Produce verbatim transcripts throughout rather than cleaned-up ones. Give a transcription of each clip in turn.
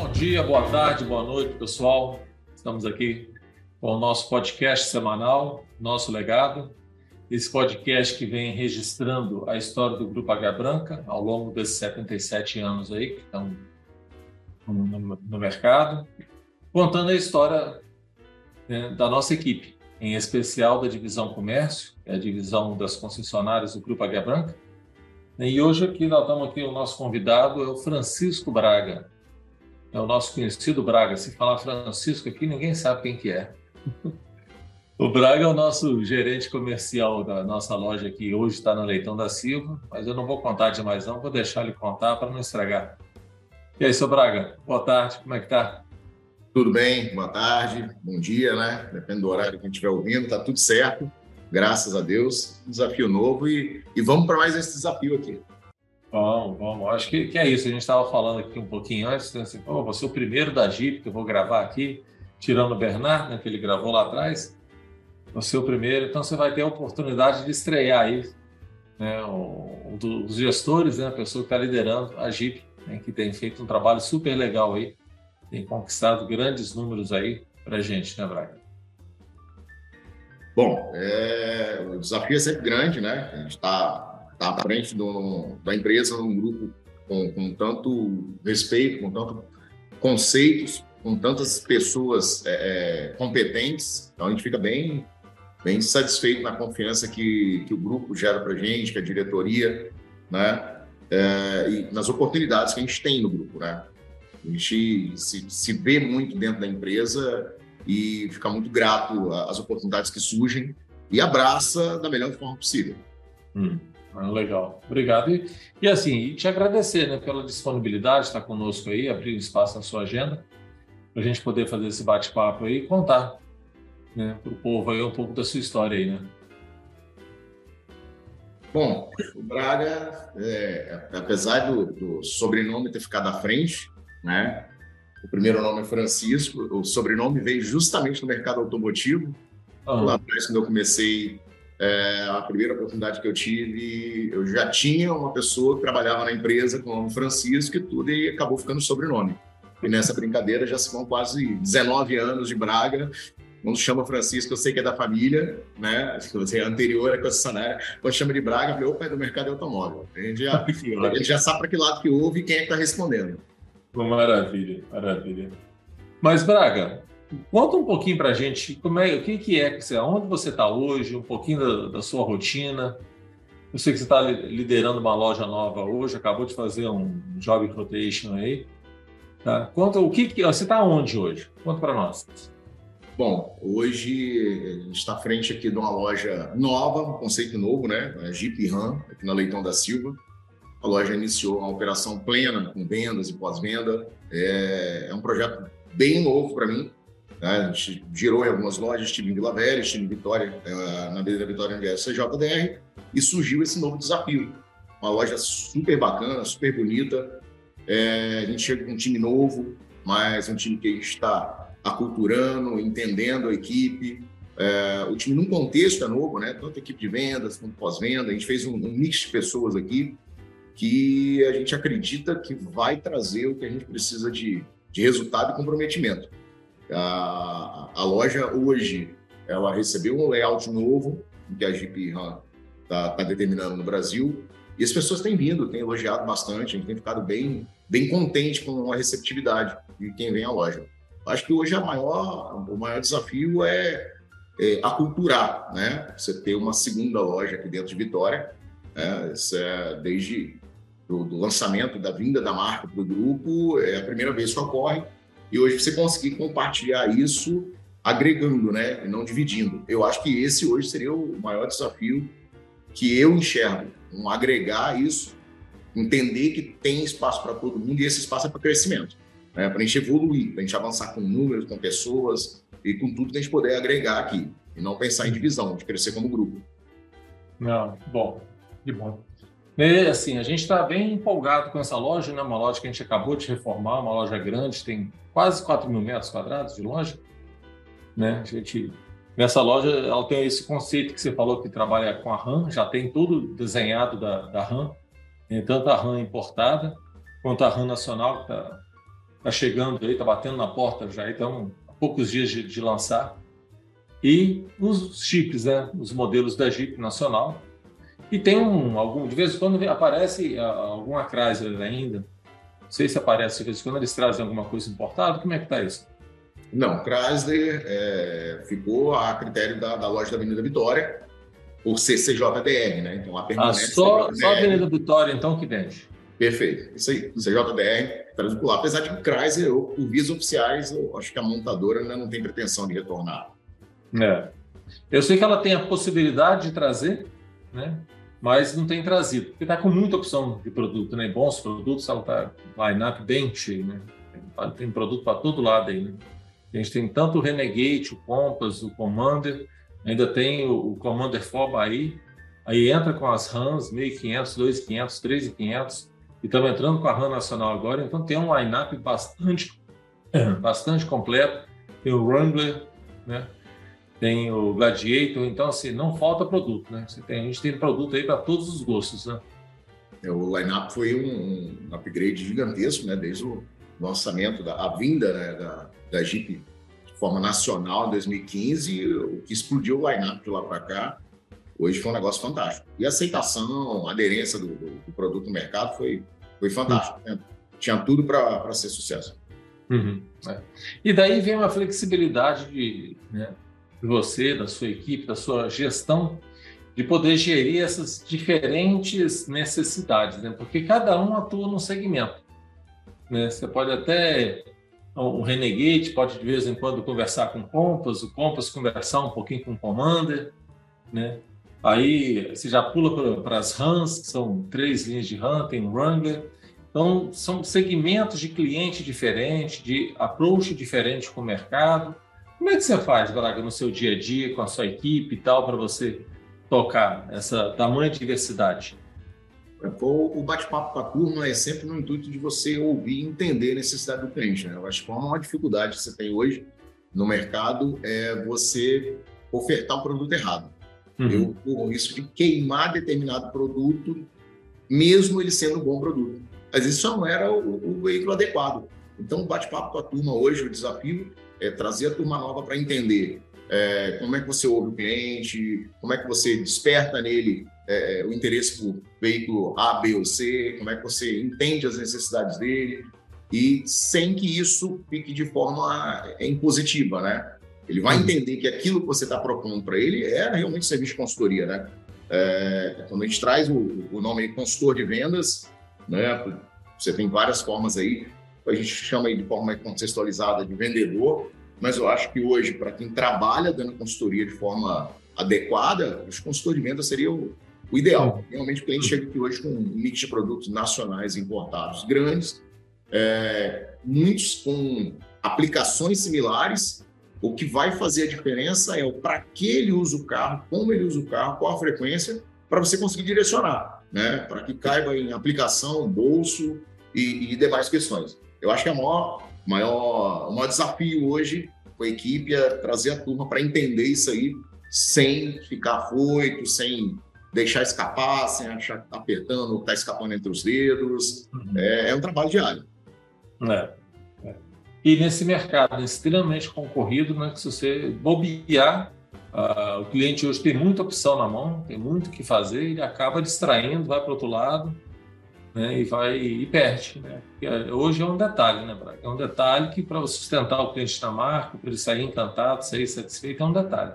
Bom dia, boa tarde, boa noite, pessoal. Estamos aqui com o nosso podcast semanal, Nosso Legado. Esse podcast que vem registrando a história do Grupo Águia Branca ao longo desses setenta e sete anos aí que estão no, no, no mercado, contando a história, né, da nossa equipe, em especial da Divisão Comércio, que é a divisão das concessionárias do Grupo Águia Branca. E hoje aqui nós estamos aqui, o nosso convidado é o Francisco Braga. É o nosso conhecido Braga. Se falar Francisco aqui, ninguém sabe quem que é. O Braga é o nosso gerente comercial da nossa loja que hoje está no Leitão da Silva, mas eu não vou contar demais não, vou deixar ele contar para não estragar. E aí, seu Braga, boa tarde, como é que tá? Tudo bem, boa tarde, bom dia, né? Depende do horário que a gente estiver ouvindo, tá tudo certo, graças a Deus. Um desafio novo e, e vamos para mais esse desafio aqui. Vamos, vamos. Acho que, que é isso. A gente estava falando aqui um pouquinho antes, né? Assim, oh, vou ser o primeiro da Jeep que eu vou gravar aqui, tirando o Bernard, né, que ele gravou lá atrás. Vou ser o primeiro, então você vai ter a oportunidade de estrear aí, né, um dos gestores, né, a pessoa que está liderando a Jeep, né, que tem feito um trabalho super legal aí, tem conquistado grandes números aí para a gente, né, Braga? Bom, é, o desafio é sempre grande, né? A gente está tá à frente do, da empresa, num grupo com, com tanto respeito, com tanto conceitos, com tantas pessoas é, competentes, então a gente fica bem, bem satisfeito na confiança que, que o grupo gera para a gente, que a diretoria, né? É, e nas oportunidades que a gente tem no grupo, né? A gente se, se vê muito dentro da empresa e fica muito grato às oportunidades que surgem e abraça da melhor forma possível. Hum, legal, obrigado. E, e assim, e te agradecer, né, pela disponibilidade, estar conosco aí, abrir um espaço na sua agenda, para a gente poder fazer esse bate-papo aí e contar, né, para o povo aí um pouco da sua história aí, né? Bom, o Braga, é, apesar do, do sobrenome ter ficado à frente, né? O primeiro nome é Francisco, o sobrenome veio justamente no mercado automotivo. Uhum. Lá atrás, quando eu comecei, é, a primeira oportunidade que eu tive, eu já tinha uma pessoa que trabalhava na empresa com o nome Francisco e tudo, e acabou ficando sobrenome. E nessa brincadeira já se vão quase dezenove anos de Braga. Quando chama Francisco, eu sei que é da família, né? Acho que você é anterior à concessionária. Quando chama de Braga, eu falei, opa, é do mercado automóvel. A gente já, a gente já sabe para que lado que houve e quem é que está respondendo. Maravilha, maravilha. Mas, Braga, conta um pouquinho para a gente como é, o que, que é, onde você está hoje, um pouquinho da, da sua rotina. Eu sei que você está liderando uma loja nova hoje, acabou de fazer um job rotation aí. Tá? Conta o que, que você está onde hoje? Conta para nós. Bom, hoje a gente está à frente aqui de uma loja nova, um conceito novo, né? A Jeep Ram, aqui na Leitão da Silva. A loja iniciou uma operação plena, com vendas e pós-venda. É, é um projeto bem novo para mim. Né? A gente girou em algumas lojas, estive em Vila Velha, estive em Vitória, na Avenida Vitória, onde é C J D R, e surgiu esse novo desafio. Uma loja super bacana, super bonita. É, a gente chega com um time novo, mas um time que a gente está aculturando, entendendo a equipe. É, o time num contexto é novo, né? Tanto a equipe de vendas quanto pós-venda. A gente fez um, um mix de pessoas aqui que a gente acredita que vai trazer o que a gente precisa de, de resultado e comprometimento. A, a loja hoje, ela recebeu um layout novo que a Jeep Ram está tá determinando no Brasil, e as pessoas têm vindo, têm elogiado bastante, a gente tem ficado bem, bem contente com a receptividade de quem vem à loja. Acho que hoje a maior, o maior desafio é, é aculturar, né? Você ter uma segunda loja aqui dentro de Vitória, né? Isso é desde Do, do lançamento, da vinda da marca para o grupo, é a primeira vez que ocorre, e hoje você conseguir compartilhar isso agregando, né, e não dividindo. Eu acho que esse hoje seria o maior desafio que eu enxergo, um agregar isso, entender que tem espaço para todo mundo, e esse espaço é para crescimento, né, para a gente evoluir, para a gente avançar com números, com pessoas, e com tudo que a gente puder agregar aqui, e não pensar em divisão, de crescer como grupo. Não, bom, que bom. É, assim, a gente está bem empolgado com essa loja, né? Uma loja que a gente acabou de reformar, uma loja grande, tem quase quatro mil metros quadrados de loja, né? A gente, nessa loja, ela tem esse conceito que você falou que trabalha com a Ram, já tem tudo desenhado da, da Ram, né? Tanto a Ram importada quanto a Ram nacional, que está está chegando aí, está batendo na porta já, então há poucos dias de, de lançar. E os chips, né? Os modelos da Jeep nacional. E tem um, algum, de vez em quando aparece alguma Chrysler ainda. Não sei se aparece de vez em quando eles trazem alguma coisa importada. Como é que está isso? Não, Chrysler é, ficou a critério da, da loja da Avenida Vitória, por ser C J D R, né? Então, a permanência... Ah, só, só a Avenida Vitória, então, que vende. Perfeito. Isso aí. C J D R, traduzido por lá. Apesar de que o Chrysler, por vias oficiais, eu acho que a montadora ainda não tem pretensão de retornar. É. Eu sei que ela tem a possibilidade de trazer, né? Mas não tem trazido, porque está com muita opção de produto, né? Bons produtos, ela está line-up bem cheio, né? Tem, tem produto para todo lado aí, né? A gente tem tanto o Renegade, o Compass, o Commander, ainda tem o, o Commander quatro aí, aí entra com as Rams mil e quinhentos, dois mil e quinhentos, três mil e quinhentos, e estamos entrando com a Ram Nacional agora, então tem um line-up bastante, bastante completo. Tem o Wrangler, né? Tem o Gladiator, então assim, não falta produto, né? Você tem, a gente tem produto aí para todos os gostos, né? O line-up foi um, um upgrade gigantesco, né? Desde o lançamento, da, a vinda, né? da, da Jeep de forma nacional em dois mil e quinze, o que explodiu o line-up de lá para cá, hoje foi um negócio fantástico. E a aceitação, a aderência do, do, do produto no mercado foi, foi fantástico. Uhum. Né? Tinha tudo para ser sucesso. Uhum. É. E daí vem uma flexibilidade de... né? de você, da sua equipe, da sua gestão, de poder gerir essas diferentes necessidades, né? Porque cada um atua num segmento, né? Você pode até, o Renegade pode de vez em quando conversar com o Compass, o Compass conversar um pouquinho com o Commander, né? Aí você já pula para as Rams, que são três linhas de Ram, tem o Wrangler. Então, são segmentos de cliente diferentes, de approach diferente com o mercado. Como é que você faz, Braga, no seu dia a dia, com a sua equipe e tal, para você tocar essa tamanha diversidade? O bate-papo com a turma é sempre no intuito de você ouvir e entender a necessidade do cliente, né? Eu acho que a maior dificuldade que você tem hoje no mercado é você ofertar o produto errado. Uhum. Eu corro isso de queimar determinado produto, mesmo ele sendo um bom produto. Às vezes só não era o, o veículo adequado. Então, o bate-papo com a turma hoje, o desafio é trazer a turma nova para entender é, como é que você ouve o cliente, como é que você desperta nele é, o interesse por veículo A, B ou C, como é que você entende as necessidades dele, e sem que isso fique de forma impositiva, né? Ele vai entender que aquilo que você está propondo para ele é realmente serviço de consultoria, né? É, quando a gente traz o, o nome aí, consultor de vendas, né? Você tem várias formas aí, a gente chama aí de forma contextualizada de vendedor, mas eu acho que hoje, para quem trabalha dando consultoria de forma adequada, o consultor de venda seria o, o ideal. Realmente o cliente chega aqui hoje com um mix de produtos nacionais importados grandes, é, muitos com aplicações similares. O que vai fazer a diferença é o para que ele usa o carro, como ele usa o carro, qual a frequência, para você conseguir direcionar, né? Para que caiba em aplicação, bolso e, e demais questões. Eu acho que é o maior, maior, o maior desafio hoje com a equipe é trazer a turma para entender isso aí sem ficar afoito, sem deixar escapar, sem achar que está apertando ou está escapando entre os dedos. Uhum. É, é um trabalho diário. É, é. E nesse mercado extremamente concorrido, né, que se você bobear, uh, o cliente hoje tem muita opção na mão, tem muito o que fazer, ele acaba distraindo, vai para o outro lado, né, e vai e perde, né? Porque hoje é um detalhe, né, Braga? É um detalhe que para sustentar o cliente na marca, para ele sair encantado, sair satisfeito, é um detalhe.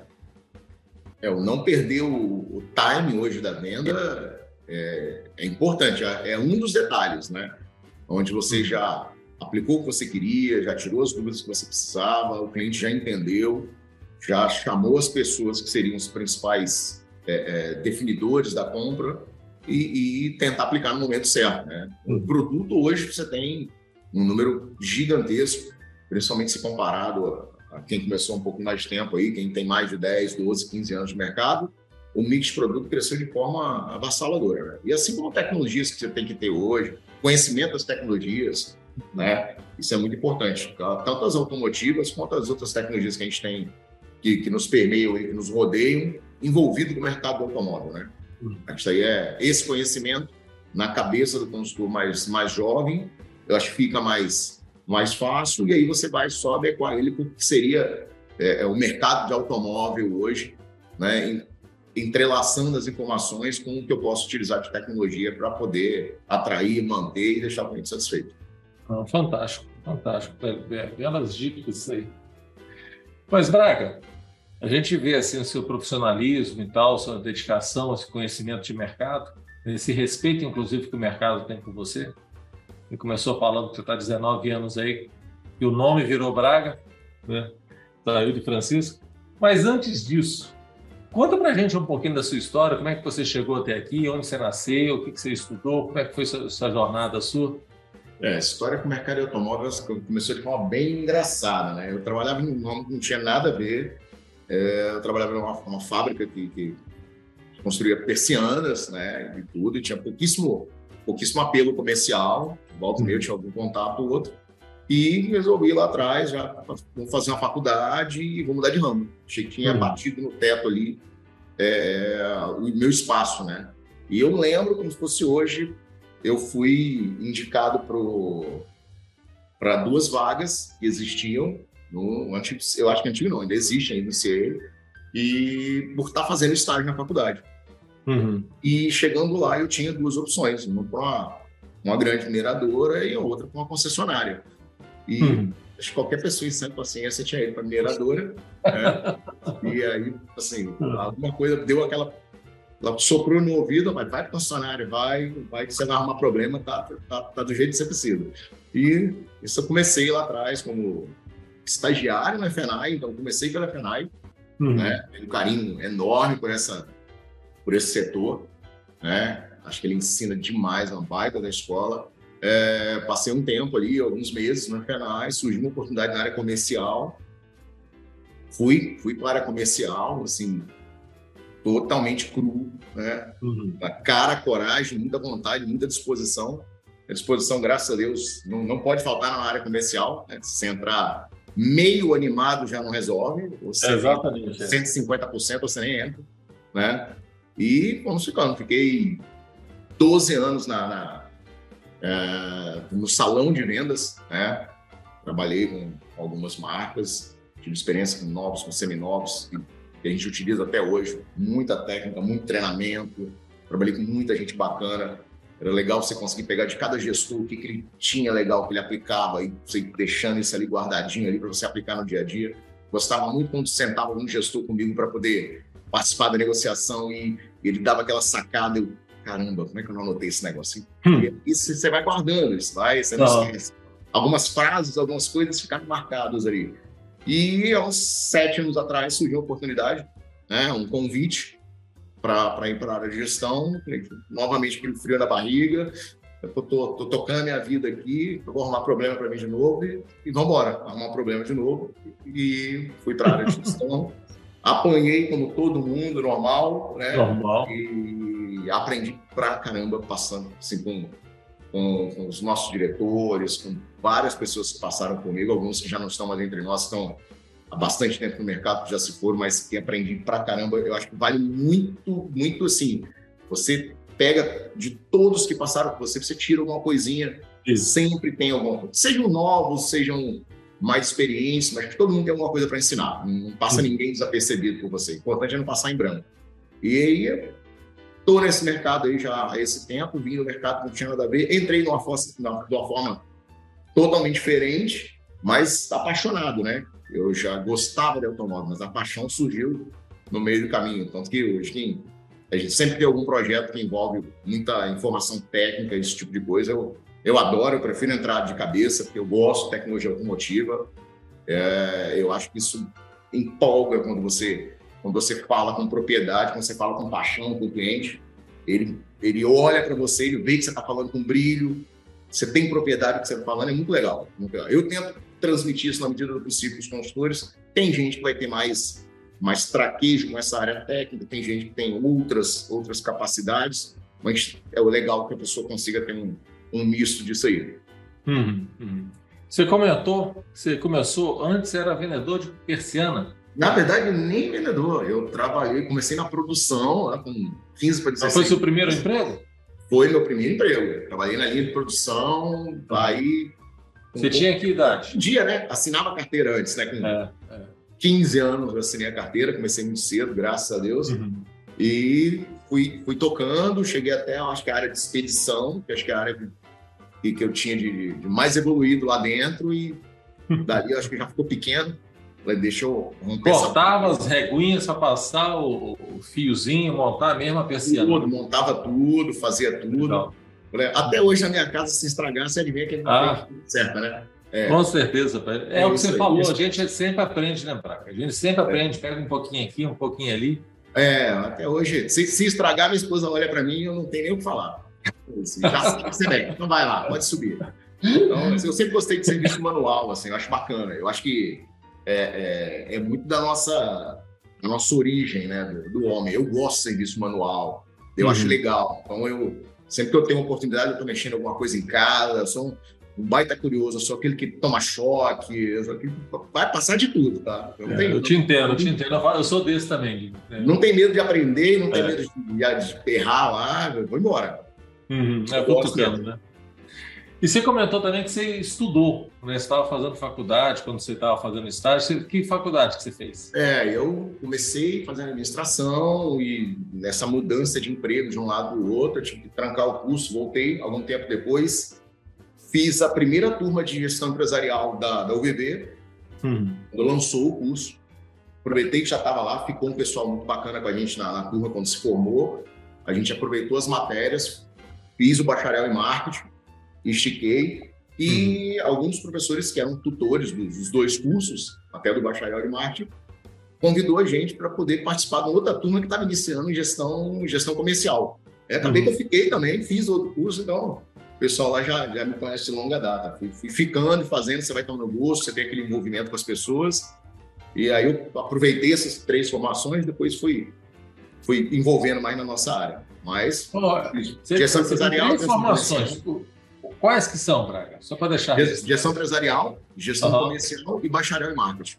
É, o não perder o, o time hoje da venda é, é importante, é um dos detalhes, né? Onde você já aplicou o que você queria, já tirou as dúvidas que você precisava, o cliente já entendeu, já chamou as pessoas que seriam os principais é, é, definidores da compra e, e tentar aplicar no momento certo, né? O produto hoje você tem um número gigantesco, principalmente se comparado a, a quem começou um pouco mais de tempo aí, quem tem mais de dez, doze, quinze anos de mercado, o mix de produto cresceu de forma avassaladora, né? E assim como tecnologias que você tem que ter hoje, conhecimento das tecnologias, né? Isso é muito importante, tanto as automotivas quanto as outras tecnologias que a gente tem, que, que nos permeiam e que nos rodeiam, envolvido no mercado do automóvel, né? Isso aí é esse conhecimento na cabeça do consultor mais, mais jovem, eu acho que fica mais mais fácil, e aí você vai só adequar ele para o que seria é, é, o mercado de automóvel hoje, né? Entrelaçando as informações com o que eu posso utilizar de tecnologia para poder atrair, manter e deixar o cliente satisfeito. Ah, fantástico, fantástico. Belas dicas isso aí. Mas, Braga, a gente vê assim, o seu profissionalismo e tal, sua dedicação, esse conhecimento de mercado, esse respeito, inclusive, que o mercado tem por você. Você começou falando que você está há dezenove anos aí, que o nome virou Braga, né? Saiu de Francisco. Mas antes disso, conta pra gente um pouquinho da sua história, como é que você chegou até aqui, onde você nasceu, o que você estudou, como é que foi essa, essa jornada sua? É, a história com o mercado de automóveis começou de forma bem engraçada, né? Eu trabalhava em um ramo que não tinha nada a ver, é, eu trabalhava numa uma fábrica que, que construía persianas, né, e tudo, e tinha pouquíssimo, pouquíssimo apelo comercial, volta e meia tinha algum contato ou outro, e resolvi ir lá atrás, já vou fazer uma faculdade e vou mudar de ramo. Achei que tinha uhum. batido no teto ali é, o meu espaço, né? E eu lembro, como se fosse hoje, eu fui indicado para duas vagas que existiam no antigo, eu acho que antigo não, ainda existe ainda no C I E, e por estar fazendo estágio na faculdade. Uhum. E chegando lá, eu tinha duas opções, uma para uma, uma grande mineradora e a outra para uma concessionária. E uhum. acho que qualquer pessoa em sã paciência tinha ido para a mineradora, né? E aí, assim, alguma coisa deu aquela... Ela soprou no ouvido, mas vai para o concessionário, vai, vai que você vai arrumar problema, tá, tá, tá do jeito que você precisa. E isso eu comecei lá atrás como estagiário na F E N A I, então comecei pela F E N A I, uhum. né? Tenho um carinho enorme por, essa, por esse setor, né? Acho que ele ensina demais, é uma baita da escola. É, passei um tempo ali, alguns meses na F E N A I, surgiu uma oportunidade na área comercial, fui, fui para a área comercial, assim, totalmente cru, né? Uhum. Cara, coragem, muita vontade, muita disposição. A disposição, graças a Deus, não, não pode faltar na área comercial, né? Se você entrar meio animado já não resolve, ou você exatamente, cento e cinquenta por cento você nem entra, né? E vamos ficando, fiquei doze anos na, na é, no salão de vendas, né? Trabalhei com algumas marcas, tive experiência com novos, com seminovos, que a gente utiliza até hoje, muita técnica, muito treinamento, trabalhei com muita gente bacana, era legal você conseguir pegar de cada gestor o que, que ele tinha legal que ele aplicava e você deixando isso ali guardadinho ali para você aplicar no dia a dia. Gostava muito quando sentava um gestor comigo para poder participar da negociação e, e ele dava aquela sacada, eu, caramba, como é que eu não anotei esse negócio? Hum. E isso você vai guardando, isso vai, você não ah. esquece. Algumas frases, algumas coisas ficaram marcadas ali. E há uns sete anos atrás surgiu a oportunidade, né, um convite para ir para a área de gestão, novamente aquele frio na barriga, eu tô, tô, tô tocando a minha vida aqui, eu vou arrumar problema para mim de novo e, e vamos embora, arrumar um problema de novo. E fui para a área de gestão, apanhei como todo mundo, normal, né? Normal. E aprendi pra caramba, passando assim, com, com, com os nossos diretores, com várias pessoas que passaram comigo, alguns que já não estão mais entre nós, estão há bastante tempo no mercado, que já se foram, mas que aprendi pra caramba. Eu acho que vale muito, muito assim. Você pega de todos que passaram por você, você tira alguma coisinha, Isso. sempre tem alguma coisa. Sejam novos, sejam mais experientes, mas todo mundo tem alguma coisa para ensinar. Não passa Sim. ninguém desapercebido por você. O importante é não passar em branco. E aí, estou nesse mercado aí já há esse tempo, vim no mercado, não tinha nada a ver, entrei numa forma, numa forma totalmente diferente, mas apaixonado, né? Eu já gostava de automóvel, mas a paixão surgiu no meio do caminho. Tanto que hoje a gente sempre tem algum projeto que envolve muita informação técnica, esse tipo de coisa. Eu, eu adoro, eu prefiro entrar de cabeça, porque eu gosto de tecnologia automotiva. É, eu acho que isso empolga quando você, quando você fala com propriedade, quando você fala com paixão com o cliente. Ele, ele olha para você, ele vê que você está falando com brilho, você tem propriedade do que você está falando, é muito legal, muito legal. Eu tento transmitir isso na medida do possível para os consultores. Tem gente que vai ter mais, mais traquejo com essa área técnica, tem gente que tem outras, outras capacidades, mas é o legal que a pessoa consiga ter um, um misto disso aí. Uhum, uhum. Você comentou, você começou, antes era vendedor de persiana. Na verdade, nem vendedor. Eu trabalhei, comecei na produção, lá, com quinze para dezesseis. Foi seu primeiro emprego? Foi meu primeiro emprego. Trabalhei na linha de produção, aí Você com, tinha que idade? Um dia, né? Assinava a carteira antes, né? Com é, é. quinze anos eu assinei a carteira, comecei muito cedo, graças a Deus. Uhum. E fui, fui tocando, cheguei até, acho que a área de expedição, que acho que é a área que, que eu tinha de, de mais evoluído lá dentro, e dali eu acho que já ficou pequeno. Falei, deixa eu romper. Cortava as reguinhas para passar o, o fiozinho, montar a mesma persiana. Tudo, montava tudo, fazia tudo. Falei, até hoje na minha casa, se estragar, você adivinha que ele não ah, tem certo, né? É. Com certeza, pai. É, é o que você aí, falou, isso. A gente sempre aprende, né, Braga? A gente sempre aprende, é. Pega um pouquinho aqui, um pouquinho ali. É, até hoje, se, se estragar, minha esposa olha para mim e eu não tenho nem o que falar. Já sei que você vem, então vai lá, pode subir. Então, assim, eu sempre gostei de serviço manual, assim, eu acho bacana. Eu acho que é, é, é muito da nossa, da nossa origem, né, do, do homem. Eu gosto de serviço manual, eu uhum. acho legal. Então, eu, sempre que eu tenho oportunidade, eu estou mexendo em alguma coisa em casa, eu sou um, um baita curioso, eu sou aquele que toma choque, eu sou aquele que vai passar de tudo, tá? Eu, é, tenho, eu te entendo, eu te entendo. Eu sou desse também. Né? Não tem medo de aprender, não tem é. medo de, de errar lá, eu vou embora. Uhum. É, eu vou tocando, né? E você comentou também que você estudou, né? Você estava fazendo faculdade, quando você estava fazendo estágio. Que faculdade que você fez? É, eu comecei fazendo administração e nessa mudança de emprego de um lado para o outro, eu tive que trancar o curso, voltei algum tempo depois, fiz a primeira turma de gestão empresarial da, da U V B, uhum. quando lançou o curso. Aproveitei que já estava lá, ficou um pessoal muito bacana com a gente na, na turma quando se formou. A gente aproveitou as matérias, fiz o bacharel em marketing, estiquei, e uhum. alguns professores que eram tutores dos, dos dois cursos, até do bacharel de marketing, convidou a gente para poder participar de outra turma que estava iniciando em gestão, gestão comercial. É, acabei uhum. que eu fiquei também, fiz outro curso, então o pessoal lá já, já me conhece de longa data. Fui, fui ficando e fazendo, você vai tomando gosto, você tem aquele envolvimento com as pessoas, e aí eu aproveitei essas três formações, depois fui, fui envolvendo mais na nossa área. Mas, oh, gestão empresarial... Três formações... Quais que são, Braga? Só para deixar... Gestão empresarial, gestão uhum. comercial e bacharel em marketing.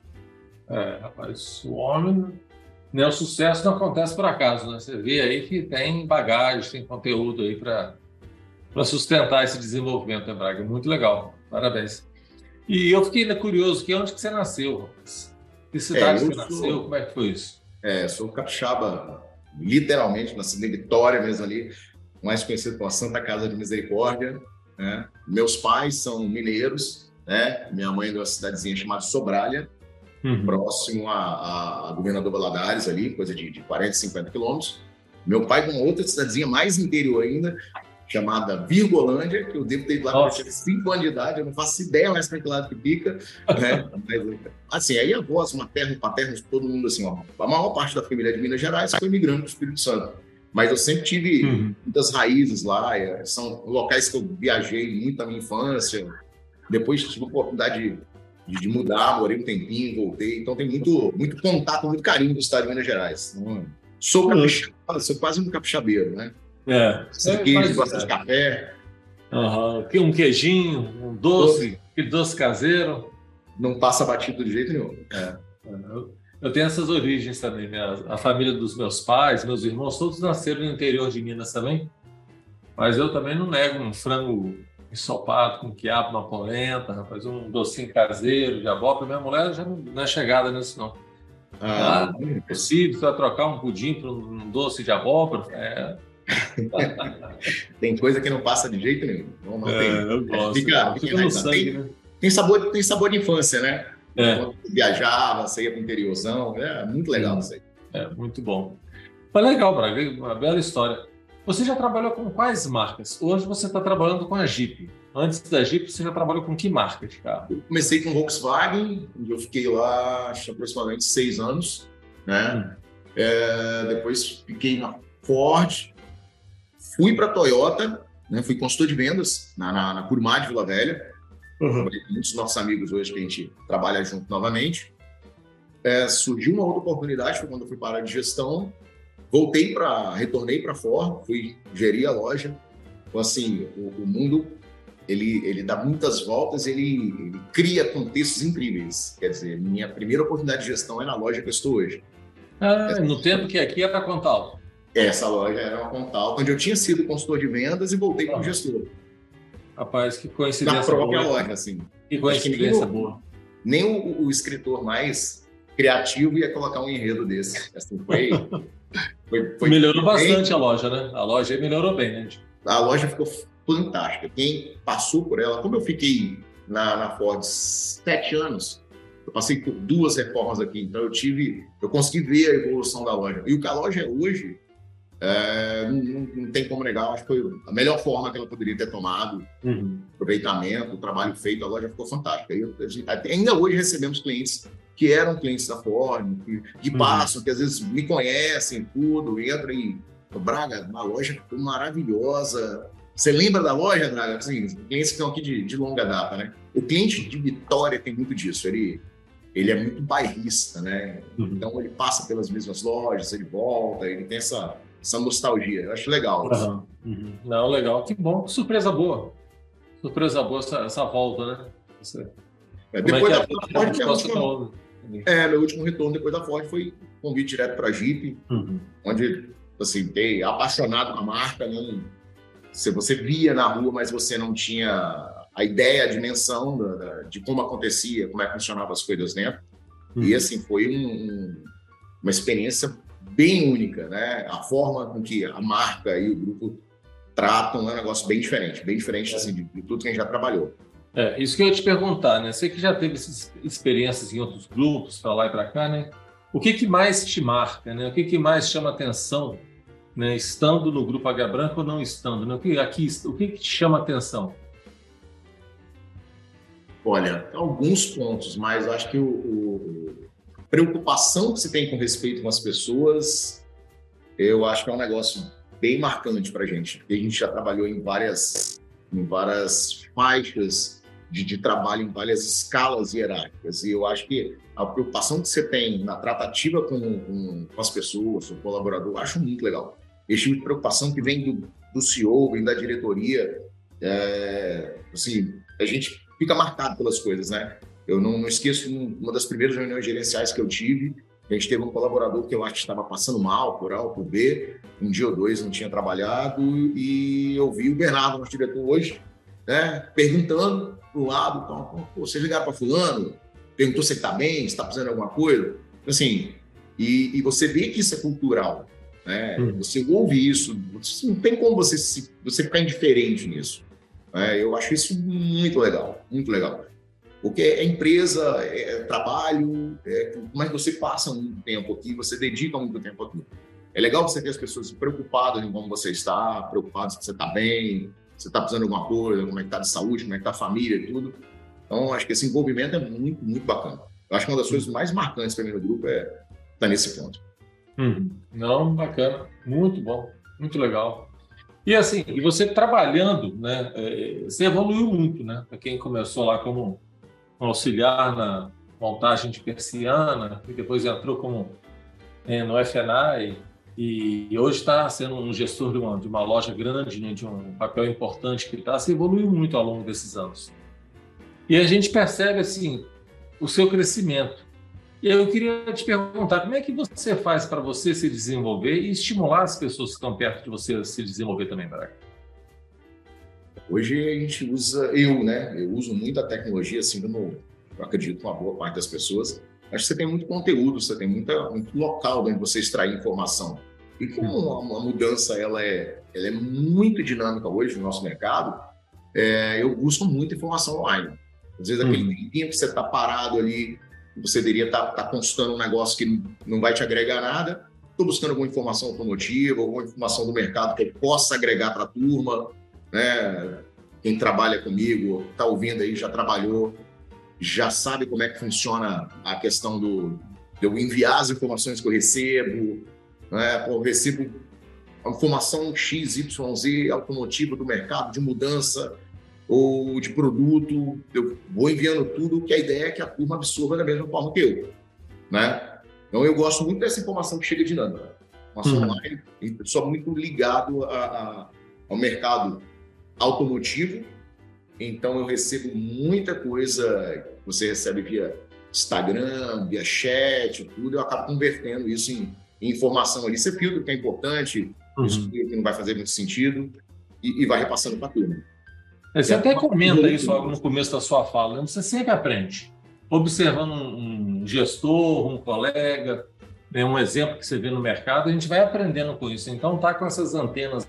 É, rapaz, o homem... Né, o sucesso não acontece por acaso, né? Você vê aí que tem bagagem, tem conteúdo aí para sustentar esse desenvolvimento, né, Braga? Muito legal, parabéns. E eu fiquei curioso, que onde que você nasceu, rapaz? Que cidade é, você sou... nasceu? Como é que foi isso? É, sou capixaba, literalmente, nasci em Vitória mesmo ali, mais conhecido como a Santa Casa de Misericórdia. Né? Meus pais são mineiros, né? Minha mãe é de uma cidadezinha chamada Sobralha, uhum. próximo a, a Governador Valadares, ali, coisa de, de quarenta, cinquenta quilômetros. Meu pai de uma outra cidadezinha mais interior ainda, chamada Virgolândia, que eu devo ter ido lá quando eu tinha cinco anos de idade, eu não faço ideia mais para que lado que fica. Né? Mas, assim, aí avós, maternos, paternos, todo mundo assim, ó, a maior parte da família de Minas Gerais foi migrando para o Espírito Santo. Mas eu sempre tive uhum. muitas raízes lá, são locais que eu viajei muito na minha infância. Depois tive a oportunidade de, de mudar, morei um tempinho, voltei. Então tem muito, muito contato, muito carinho do estado de Minas Gerais. Então, sou capixaba, sou quase um capixabeiro, né? É. Sem queijo, gosto de café. Uhum. Um queijinho, um doce, que doce caseiro. Não passa batido de jeito nenhum. É. Eu... Eu tenho essas origens também, minha, a família dos meus pais, meus irmãos, todos nasceram no interior de Minas também, mas eu também não nego um frango ensopado com quiabo na polenta, rapaz, um docinho caseiro de abóbora. Minha mulher já não, não é chegada nisso, não. Ah, ah é possível, você vai trocar um pudim por um doce de abóbora? É... Tem coisa que não passa de jeito nenhum. Não, não é, tem. Eu gosto. Fica, fica, fica no sangue, tem, né? Tem sabor, tem sabor de infância, né? É. Quando viajava, saía para o interiorzão, é muito legal isso aí. É, muito bom. Mas legal, Braga, uma bela história. Você já trabalhou com quais marcas? Hoje você está trabalhando com a Jeep. Antes da Jeep, você já trabalhou com que marca de carro? Eu comecei com Volkswagen, onde eu fiquei lá acho, aproximadamente seis anos. Né? Hum. É, depois fiquei na Ford, fui para a Toyota, né? Fui consultor de vendas na, na, na Curumá de Vila Velha. Uhum. Muitos dos nossos amigos hoje que a gente trabalha junto novamente. É, surgiu uma outra oportunidade, foi quando eu fui para a área de gestão. Voltei para, retornei para a Ford, fui gerir a loja. Então, assim, o, o mundo, ele, ele dá muitas voltas, ele, ele cria contextos incríveis. Quer dizer, minha primeira oportunidade de gestão é na loja que eu estou hoje. Ah, Essa, no tempo que aqui era a Contalto. Essa loja era uma Contalto, onde eu tinha sido consultor de vendas e voltei como gestor. Rapaz, que Na coincidência própria boa. loja, assim. Que Acho que nem coincidência o, boa. nem o, o escritor mais criativo ia colocar um enredo desse. Assim, foi, foi, foi Melhorou bastante a bem, loja, né? A loja aí melhorou bem, né? a loja ficou fantástica. Quem passou por ela, como eu fiquei na, na Ford sete anos, eu passei por duas reformas aqui, então eu tive, eu consegui ver a evolução da loja. E o que a loja é hoje, é, não, não, não tem como negar, acho que foi a melhor forma que ela poderia ter tomado, Uhum. aproveitamento, o trabalho feito, a loja ficou fantástica. E eu, ainda hoje recebemos clientes que eram clientes da Ford, que, que Uhum. passam, que às vezes me conhecem, tudo, entra e Braga, a loja ficou maravilhosa. Você lembra da loja, Braga? Assim, os clientes que estão aqui de, de longa data, né? O cliente de Vitória tem muito disso. Ele, ele é muito bairrista, né? Uhum. Então, ele passa pelas mesmas lojas, ele volta, ele tem essa, essa nostalgia. Eu acho legal isso. Uhum. Uhum. Não, legal. Que bom. Surpresa boa. Surpresa boa essa, essa volta, né? Você... É, depois é da, da Ford, minha última, é, meu último retorno depois da Ford foi convite direto para a Jeep, uhum. onde, assim, fiquei apaixonado com a marca, né? Se você via na rua, mas você não tinha a ideia, a dimensão da, da, de como acontecia, como é que funcionavam as coisas dentro. Uhum. E, assim, foi um, um, uma experiência bem única, né? A forma com que a marca e o grupo tratam é um negócio bem diferente, bem diferente, é. assim, de, de tudo que a gente já trabalhou. É, isso que eu ia te perguntar, né? Você que já teve essas experiências em outros grupos, para lá e para cá, né? O que, que mais te marca, né? O que, que mais chama atenção, né? Estando no Grupo Águia Branca ou não estando, né? O que, aqui, o que, que te chama atenção? Olha, alguns pontos, mas acho que o, o a preocupação que se tem com respeito com as pessoas, eu acho que é um negócio bem marcante para a gente, porque a gente já trabalhou em várias, em várias faixas de, de trabalho, em várias escalas hierárquicas, e eu acho que a preocupação que você tem na tratativa com, com, com as pessoas, o colaborador, eu acho muito legal. Esse tipo de preocupação que vem do, do C E O, vem da diretoria, é, assim, a gente fica marcado pelas coisas, né? Eu não, não esqueço uma das primeiras reuniões gerenciais que eu tive, a gente teve um colaborador que eu acho que estava passando mal, por A ou por B, um dia ou dois não tinha trabalhado, e eu vi o Bernardo, nosso diretor hoje, né, perguntando para o lado, então, vocês ligaram para fulano? Perguntou se ele está bem, se está precisando de alguma coisa? Assim, e, e você vê que isso é cultural, né? Hum. Você ouve isso, não tem como você, se, você ficar indiferente nisso. Né? Eu acho isso muito legal, muito legal. Porque é empresa, é trabalho, é, mas você passa muito tempo aqui, você dedica muito tempo aqui. É legal você ter as pessoas preocupadas em como você está, preocupadas se você está bem, se está precisando de alguma coisa, como é que está de saúde, como é que está a família e tudo. Então, acho que esse envolvimento é muito, muito bacana. Eu acho que uma das coisas mais marcantes para mim no grupo é estar tá nesse ponto. Hum, não, bacana. Muito bom, muito legal. E assim, e você trabalhando, né, você evoluiu muito, né? Para quem começou lá como auxiliar na montagem de persiana, e depois entrou como é, no F N A I, e hoje está sendo um gestor de uma, de uma loja grande, né, de um papel importante que está, você evoluiu muito ao longo desses anos. E a gente percebe, assim, o seu crescimento. E eu queria te perguntar, como é que você faz para você se desenvolver e estimular as pessoas que estão perto de você a se desenvolver também, Braga? Hoje a gente usa, eu, né? Eu uso muito a tecnologia, assim como eu acredito uma boa parte das pessoas. Acho que você tem muito conteúdo, você tem muita, muito local onde você extrair informação. E como a mudança ela é, ela é muito dinâmica hoje no nosso mercado, é, eu busco muita informação online. Às vezes aquele uhum. tempinho que você está parado ali, você deveria estar tá, tá consultando um negócio que não vai te agregar nada, estou buscando alguma informação automotiva, alguma informação do mercado que eu possa agregar para a turma, né? Quem trabalha comigo, está ouvindo aí, já trabalhou, já sabe como é que funciona a questão do, de eu enviar as informações que eu recebo, né? Eu recebo a informação X Y Z automotiva do mercado, de mudança ou de produto, eu vou enviando tudo, que a ideia é que a turma absorva da mesma forma que eu, né? Então eu gosto muito dessa informação que chega dinâmica. Informação uhum. online, eu sou muito ligado a, a, ao mercado automotivo, então eu recebo muita coisa que você recebe via Instagram, via chat, tudo, eu acabo convertendo isso em, em informação ali. Você filtra o que é importante, uhum. isso que não vai fazer muito sentido e, e vai repassando para a turma. Você até comenta isso no começo da sua fala, né? Você sempre aprende. Observando um, um gestor, um colega, né, um exemplo que você vê no mercado, a gente vai aprendendo com isso. Então, tá com essas antenas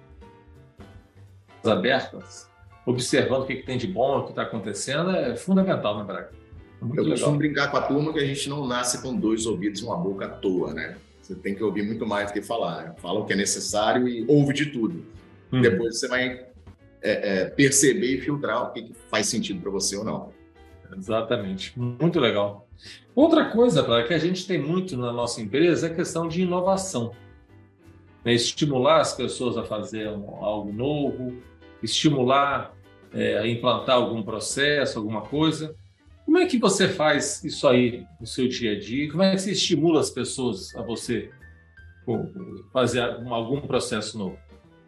abertas, observando o que, que tem de bom, o que está acontecendo, é fundamental, né, Braga? É muito Eu legal. costumo brincar com a turma que a gente não nasce com dois ouvidos e uma boca à toa, né? Você tem que ouvir muito mais do que falar, né? Fala o que é necessário e ouve de tudo. Hum. Depois você vai é, é, perceber e filtrar o que, que faz sentido para você ou não. Exatamente. Muito legal. Outra coisa, Braga, que a gente tem muito na nossa empresa é a questão de inovação. Né? Estimular as pessoas a fazer um, algo novo, estimular é, a implantar algum processo, alguma coisa. Como é que você faz isso aí no seu dia a dia? Como é que você estimula as pessoas a você fazer algum processo novo?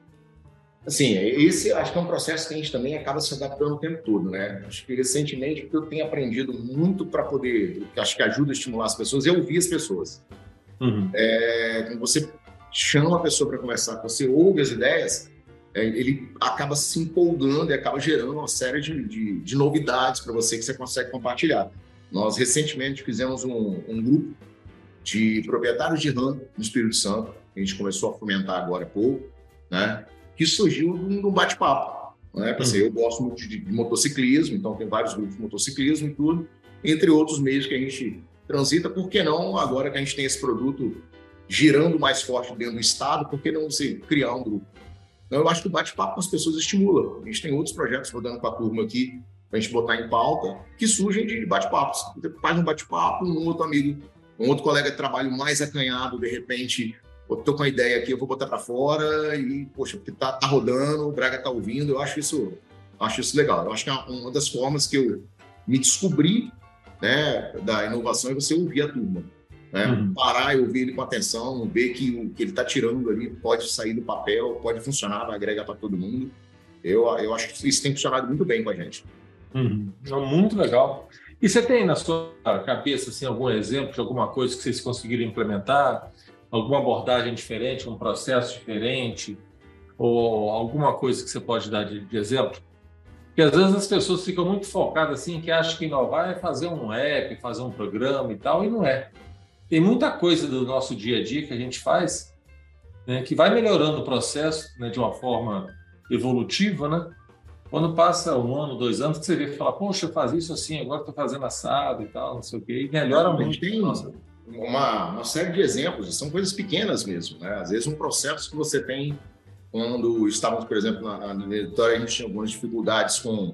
Assim, esse acho que é um processo que a gente também acaba se adaptando o tempo todo, né? Acho que recentemente, porque eu tenho aprendido muito para poder, acho que ajuda a estimular as pessoas, é ouvir as pessoas. Uhum. É, quando você chama a pessoa para conversar, você ouve as ideias, é, ele acaba se empolgando e acaba gerando uma série de, de, de novidades para você que você consegue compartilhar. Nós recentemente fizemos um, um grupo de proprietários de RAM no Espírito Santo, que a gente começou a fomentar agora há pouco, né? Que surgiu de um bate-papo. Né? Uhum. Eu gosto muito de, de motociclismo, então tem vários grupos de motociclismo e tudo, entre outros meios que a gente transita. Por que não, agora que a gente tem esse produto girando mais forte dentro do estado, por que não você criar um grupo? Então, eu acho que o bate-papo com as pessoas estimula. A gente tem outros projetos rodando com a turma aqui, para a gente botar em pauta, que surgem de bate-papos. Você faz um bate-papo, um outro amigo, um outro colega de trabalho mais acanhado, de repente... Eu tô com a ideia aqui, eu vou botar para fora e, poxa, porque tá, tá rodando, o Braga tá ouvindo, eu acho isso, acho isso legal. Eu acho que é uma das formas que eu me descobri, né, da inovação é você ouvir a turma, né? Uhum. Parar e ouvir ele com atenção, ver que o que ele tá tirando ali pode sair do papel, pode funcionar, vai agregar para todo mundo. Eu, eu acho que isso tem funcionado muito bem com a gente. Uhum. Muito legal. E você tem na sua cabeça assim, algum exemplo de alguma coisa que vocês conseguiram implementar? Alguma abordagem diferente, um processo diferente, ou alguma coisa que você pode dar de, de exemplo? Porque às vezes as pessoas ficam muito focadas assim, que acham que inovar é fazer um app, fazer um programa e tal, e não é. Tem muita coisa do nosso dia a dia que a gente faz, né, que vai melhorando o processo, né, de uma forma evolutiva, né? Quando passa um ano, dois anos, que você vê e fala, poxa, eu fazia isso assim, agora estou fazendo assado e tal, não sei o quê, e melhora não, muito. Tem... Nossa. Uma, uma série de exemplos, são coisas pequenas mesmo, né? Às vezes um processo que você tem quando estávamos, por exemplo, na, na editora, a gente tinha algumas dificuldades com,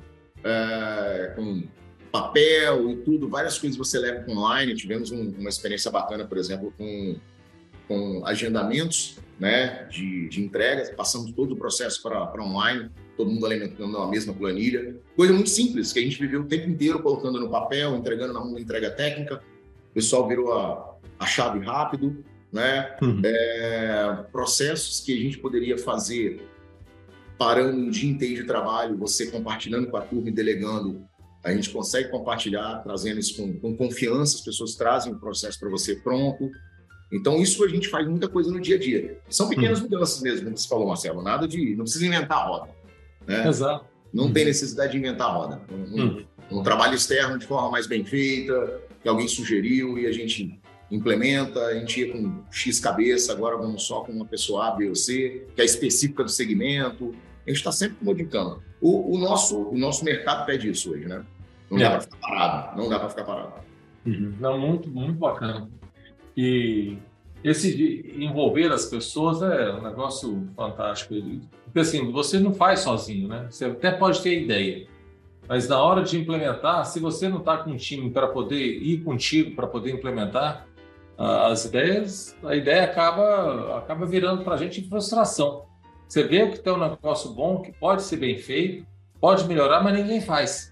é, com papel e tudo, várias coisas você leva online. Tivemos um, uma experiência bacana, por exemplo, com, com agendamentos, né, de, de entregas, passamos todo o processo para online, todo mundo alimentando a mesma planilha, coisa muito simples, que a gente viveu o tempo inteiro colocando no papel, entregando na mão da entrega técnica. O pessoal virou a, a chave rápido, né? Uhum. É, processos que a gente poderia fazer parando um dia inteiro de trabalho, você compartilhando com a turma e delegando, a gente consegue compartilhar, trazendo isso com, com confiança, as pessoas trazem o processo para você pronto. Então, isso a gente faz muita coisa no dia a dia. São pequenas uhum. mudanças mesmo, como você falou, Marcelo, nada de... Não precisa inventar a roda. Né? Exato. Não uhum. tem necessidade de inventar a roda. Um, uhum. um trabalho externo de forma mais bem feita, que alguém sugeriu e a gente implementa, a gente ia com X cabeça, agora vamos só com uma pessoa A, B ou C, que é específica do segmento. A gente está sempre modificando. O, o, nosso, o nosso mercado pede isso hoje, né? Não é. dá para ficar parado, não dá para ficar parado. Uhum. Não, muito, muito bacana. E esse de envolver as pessoas é um negócio fantástico. Porque assim, você não faz sozinho, né? Você até pode ter ideia, mas na hora de implementar, se você não está com um time para poder ir contigo, para poder implementar as ideias, a ideia acaba, acaba virando para a gente frustração. Você vê que tem um negócio bom, que pode ser bem feito, pode melhorar, mas ninguém faz.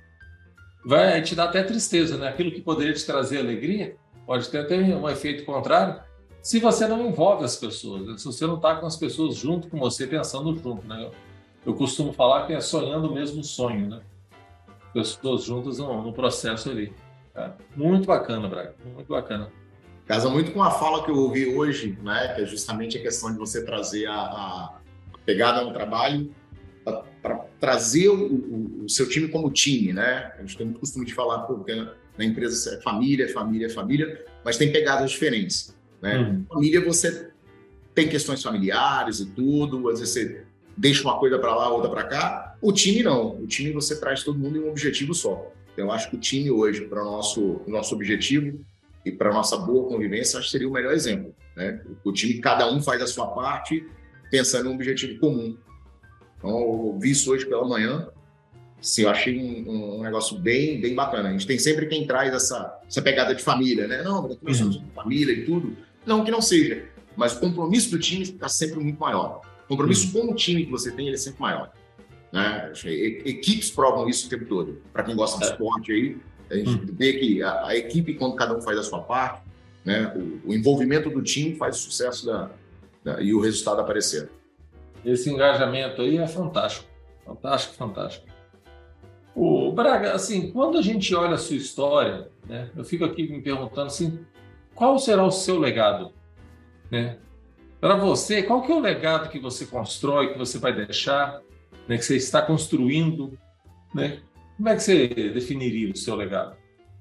Vai te dar até tristeza, né? Aquilo que poderia te trazer alegria, pode ter até um efeito contrário, se você não envolve as pessoas, né? Se você não está com as pessoas junto com você, pensando junto, né? Eu costumo falar que é sonhando o mesmo sonho, né? Pessoas juntas no, no processo ali. É, muito bacana, Braga, muito bacana. Casa muito com a fala que eu ouvi hoje, né? Que é justamente a questão de você trazer a, a pegada no trabalho para trazer o, o, o seu time como time, né? A gente tem muito costume de falar, pô, porque na empresa é família, família, família, mas tem pegadas diferentes, né? Uhum. Família, você tem questões familiares e tudo, às vezes você deixa uma coisa para lá, outra para cá. O time não. O time você traz todo mundo em um objetivo só. Então, eu acho que o time hoje, para o nosso, nosso objetivo e para a nossa boa convivência, acho que seria o melhor exemplo, né? O time, cada um faz a sua parte, pensando em um objetivo comum. Então, eu vi isso hoje pela manhã. Sim, eu achei um, um negócio bem, bem bacana. A gente tem sempre quem traz essa, essa pegada de família, né? Não, nós somos uhum. família e tudo. Não, que não seja. Mas o compromisso do time está sempre muito maior. O compromisso uhum. com o time que você tem, ele é sempre maior. Né? Equipes provam isso o tempo todo. Para quem gosta de é. esporte aí, a gente uhum. vê que a, a equipe, quando cada um faz a sua parte, né? o, o envolvimento do time faz o sucesso da, da, e o resultado aparecer. Esse engajamento aí é fantástico. Fantástico, fantástico. O Braga, assim, quando a gente olha a sua história, né, eu fico aqui me perguntando assim, qual será o seu legado? Né? Para você, qual que é o legado que você constrói, que você vai deixar, né, que você está construindo? Né? Como é que você definiria o seu legado?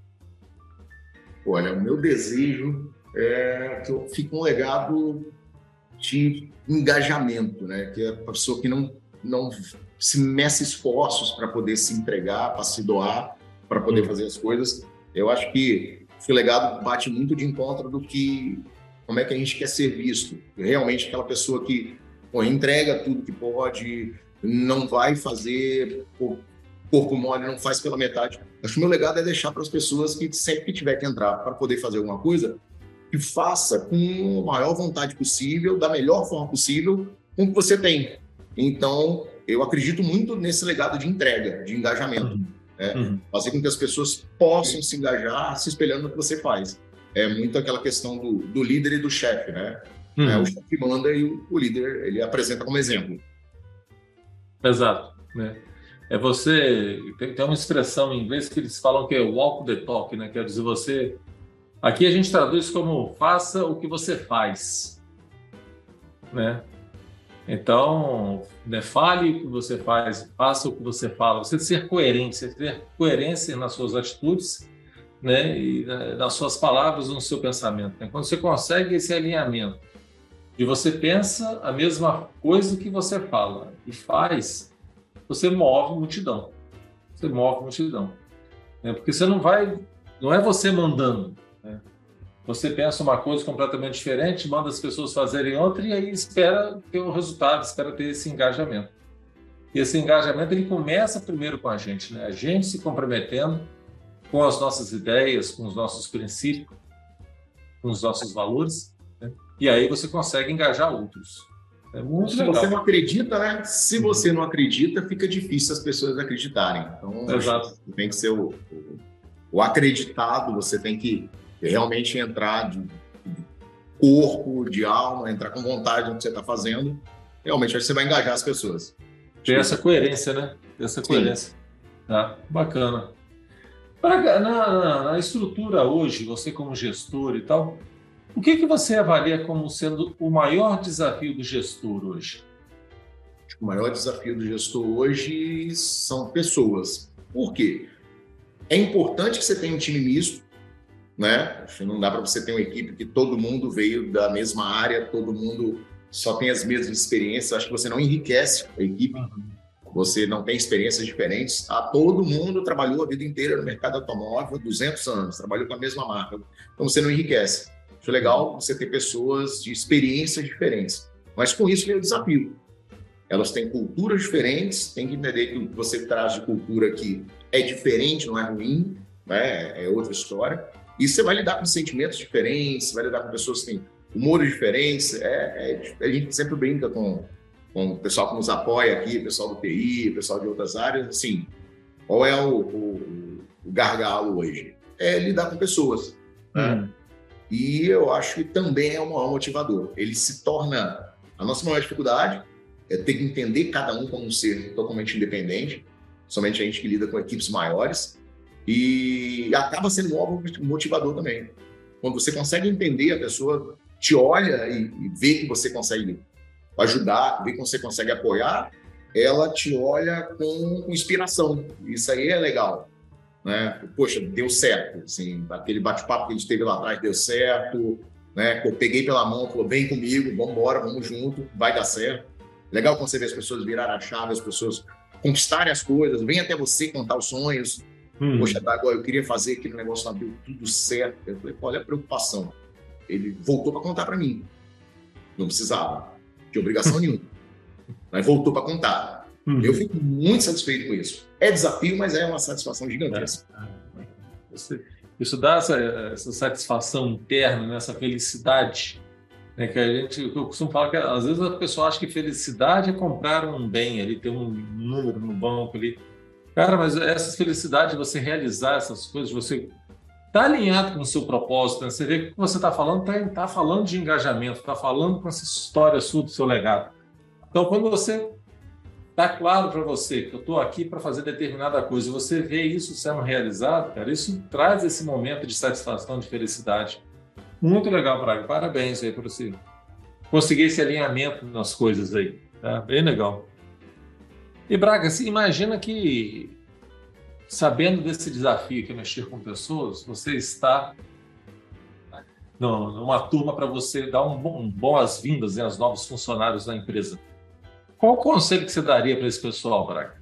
Olha, o meu desejo é que eu fique um legado de engajamento, né? Que é a pessoa que não, não se meça esforços para poder se entregar, para se doar, para poder fazer as coisas. Eu acho que esse legado bate muito de encontro do que, como é que a gente quer ser visto. Realmente aquela pessoa que pô, entrega tudo que pode, não vai fazer pô, corpo mole, não faz pela metade. Acho que o meu legado é deixar para as pessoas que sempre que tiver que entrar para poder fazer alguma coisa, que faça com a maior vontade possível, da melhor forma possível, com o que você tem. Então, eu acredito muito nesse legado de entrega, de engajamento. Uhum. Né? Uhum. Fazer com que as pessoas possam se engajar se espelhando no que você faz. É muito aquela questão do, do líder e do chefe, né? Uhum. É, o chefe manda e o, o líder, ele apresenta como exemplo. Exato. Né? É você... Tem, tem uma expressão em inglês que eles falam que é walk the talk, né? Quer dizer, você... Aqui a gente traduz como faça o que você faz, né? Então, né, fale o que você faz, faça o que você fala. Você ser coerente, você ter coerência nas suas atitudes, né, e nas suas palavras, no seu pensamento. Né? Quando você consegue esse alinhamento de você pensa a mesma coisa que você fala e faz, você move multidão. Você move multidão. Né? Porque você não vai... Não é você mandando, né? Você pensa uma coisa completamente diferente, manda as pessoas fazerem outra e aí espera ter o resultado, espera ter esse engajamento. E esse engajamento ele começa primeiro com a gente, né? A gente se comprometendo com as nossas ideias, com os nossos princípios, com os nossos valores, né? E aí você consegue engajar outros. É muito Se legal. você não acredita, né? Se você não acredita, fica difícil as pessoas acreditarem. Então, Exato. Tem que ser o, o, o acreditado, você tem que realmente entrar de, de corpo, de alma, entrar com vontade no que você está fazendo. Realmente, aí você vai engajar as pessoas. Ter essa coerência, né? Ter essa coerência. Tá? Bacana. Pra, na, na, na estrutura hoje, você como gestor e tal, o que, que você avalia como sendo o maior desafio do gestor hoje? O maior desafio do gestor hoje são pessoas. Por quê? É importante que você tenha um time misto, né? Não dá para você ter uma equipe que todo mundo veio da mesma área, todo mundo só tem as mesmas experiências. Acho que você não enriquece a equipe, você não tem experiências diferentes. Ah, todo mundo trabalhou a vida inteira no mercado automóvel, duzentos anos, trabalhou com a mesma marca. Então você não enriquece. Acho legal você ter pessoas de experiências diferentes. Mas com isso vem o desafio. Elas têm culturas diferentes, tem que entender que o que você traz de cultura aqui é diferente, não é ruim, né? É outra história. E você vai lidar com sentimentos diferentes, vai lidar com pessoas que têm humores diferentes. É, é, a gente sempre brinca com, com o pessoal que nos apoia aqui, o pessoal do T I, o pessoal de outras áreas. Assim, qual é o, o, o gargalo hoje? É lidar com pessoas. Né? Hum. E eu acho que também é o maior motivador. Ele se torna... A nossa maior dificuldade é ter que entender cada um como um ser totalmente independente, somente a gente que lida com equipes maiores. E acaba sendo um motivador também. Quando você consegue entender, a pessoa te olha e, e vê que você consegue ajudar, vê que você consegue apoiar, ela te olha com, com inspiração. Isso aí é legal, né? Poxa, deu certo, assim, aquele bate-papo que a gente teve lá atrás deu certo, né? Eu peguei pela mão, falou, vem comigo, vamos embora, vamos junto, vai dar certo. Legal quando você vê as pessoas virarem a chave, as pessoas conquistarem as coisas, vem até você contar os sonhos. Hum. Poxa, agora eu queria fazer aquele negócio lá, deu tudo certo. Eu falei, olha a preocupação. Ele voltou para contar para mim. Não precisava de obrigação nenhuma. Mas voltou para contar. Uhum. Eu fico muito satisfeito com isso. É desafio, mas é uma satisfação gigantesca. É. Isso dá essa, essa satisfação interna, né? Essa felicidade. Né? Que a gente, eu costumo falar que às vezes a pessoa acha que felicidade é comprar um bem ali, ter um número no banco ali. Cara, mas essa felicidade, você realizar essas coisas, você está alinhado com o seu propósito, né? Você vê que o que você está falando, está tá falando de engajamento, está falando com essa história sua, do seu legado. Então, quando você está claro para você que eu estou aqui para fazer determinada coisa e você vê isso sendo realizado, cara, isso traz esse momento de satisfação, de felicidade. Muito legal, Braga. Parabéns aí por você conseguir esse alinhamento nas coisas aí. Tá? Bem legal. E, Braga, você imagina que, sabendo desse desafio que é mexer com pessoas, você está numa turma para você dar um bom, um boas-vindas, né, aos novos funcionários da empresa. Qual o conselho que você daria para esse pessoal, Braga?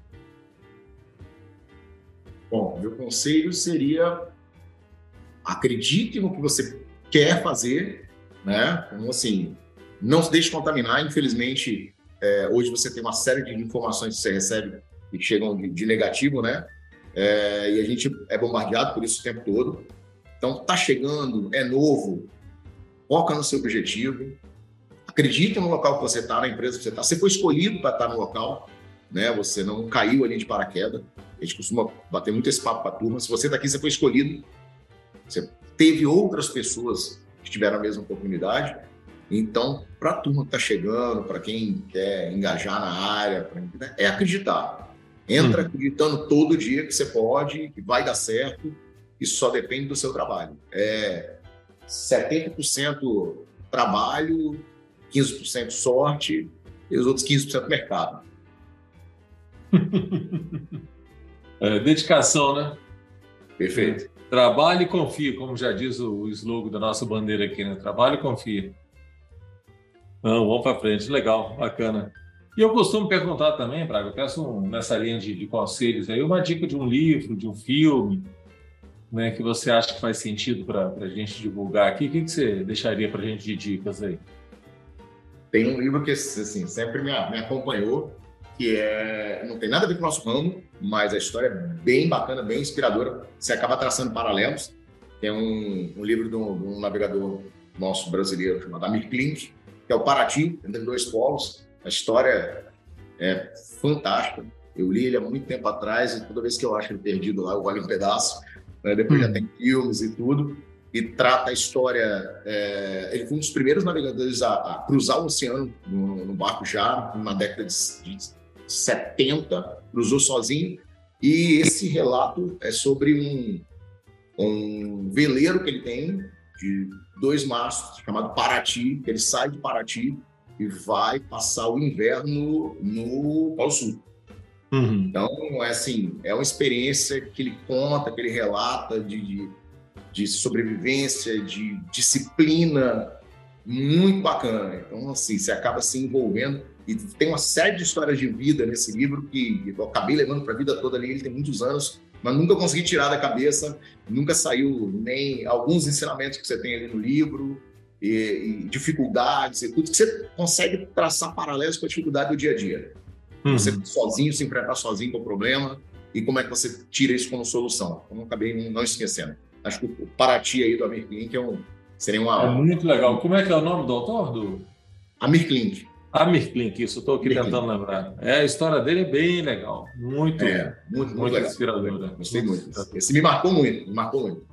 Bom, meu conselho seria acredite no que você quer fazer, né? Então, assim, não se deixe contaminar. Infelizmente, é, hoje você tem uma série de informações que você recebe e que chegam de, de negativo, né? É, e a gente é bombardeado por isso o tempo todo. Então, tá chegando, é novo, foca no seu objetivo. Acredite no local que você está, na empresa que você está. Você foi escolhido para estar no local, né? Você não caiu ali de paraquedas. A gente costuma bater muito esse papo para a turma. Se você está aqui, você foi escolhido. Você teve outras pessoas que tiveram a mesma oportunidade. Então, para a turma que está chegando, para quem quer engajar na área, pra... é acreditar. Entra hum. acreditando todo dia que você pode, que vai dar certo. Isso só depende do seu trabalho. É setenta por cento trabalho, quinze por cento sorte e os outros quinze por cento mercado. É, dedicação, né? Perfeito. Trabalhe e confie, como já diz o slogan da nossa bandeira aqui, né? Trabalhe e confie. Não, vamos para frente. Legal, bacana. E eu costumo perguntar também, Braga, eu peço um, nessa linha de, de conselhos aí, uma dica de um livro, de um filme, né, que você acha que faz sentido para a gente divulgar aqui. O que, que você deixaria para a gente de dicas aí? Tem um livro que assim, sempre me, me acompanhou, que é, não tem nada a ver com o nosso ramo, mas a história é bem bacana, bem inspiradora. Você acaba traçando paralelos. Tem um, um livro de um, de um navegador nosso brasileiro chamado Amir Klink, que é o Paraty, entre dois polos. A história é fantástica. Eu li ele há muito tempo atrás e toda vez que eu acho ele perdido lá, eu olho um pedaço. Né? Depois hum. já tem filmes e tudo. E trata a história... É, ele foi um dos primeiros navegadores a, a cruzar o oceano no, no barco já, na década de, de setenta, cruzou sozinho. E esse relato é sobre um, um veleiro que ele tem, de dois mastros, chamado Paraty, que ele sai de Paraty e vai passar o inverno no Polo Sul. Uhum. Então, é assim, é uma experiência que ele conta, que ele relata de, de, de sobrevivência, de disciplina, muito bacana. Então, assim, você acaba se envolvendo e tem uma série de histórias de vida nesse livro que eu acabei levando para a vida toda ali, ele tem muitos anos, mas nunca consegui tirar da cabeça, nunca saiu nem alguns ensinamentos que você tem ali no livro, e, e dificuldades e tudo, que você consegue traçar paralelos com a dificuldade do dia a dia. Uhum. Você sozinho, se enfrentar sozinho com o problema e como é que você tira isso como solução. Eu não acabei não esquecendo. Acho que o Paraty aí do Amir Klink é um, seria uma... É muito legal. Como é que é o nome do autor? Do... Amir Klink. Amir Klink, isso, eu estou aqui Amir tentando Klink. lembrar. É, a história dele é bem legal. Muito, é, muito, muito, muito inspiradora. Gostei muito. muito. Esse me marcou muito, me marcou muito.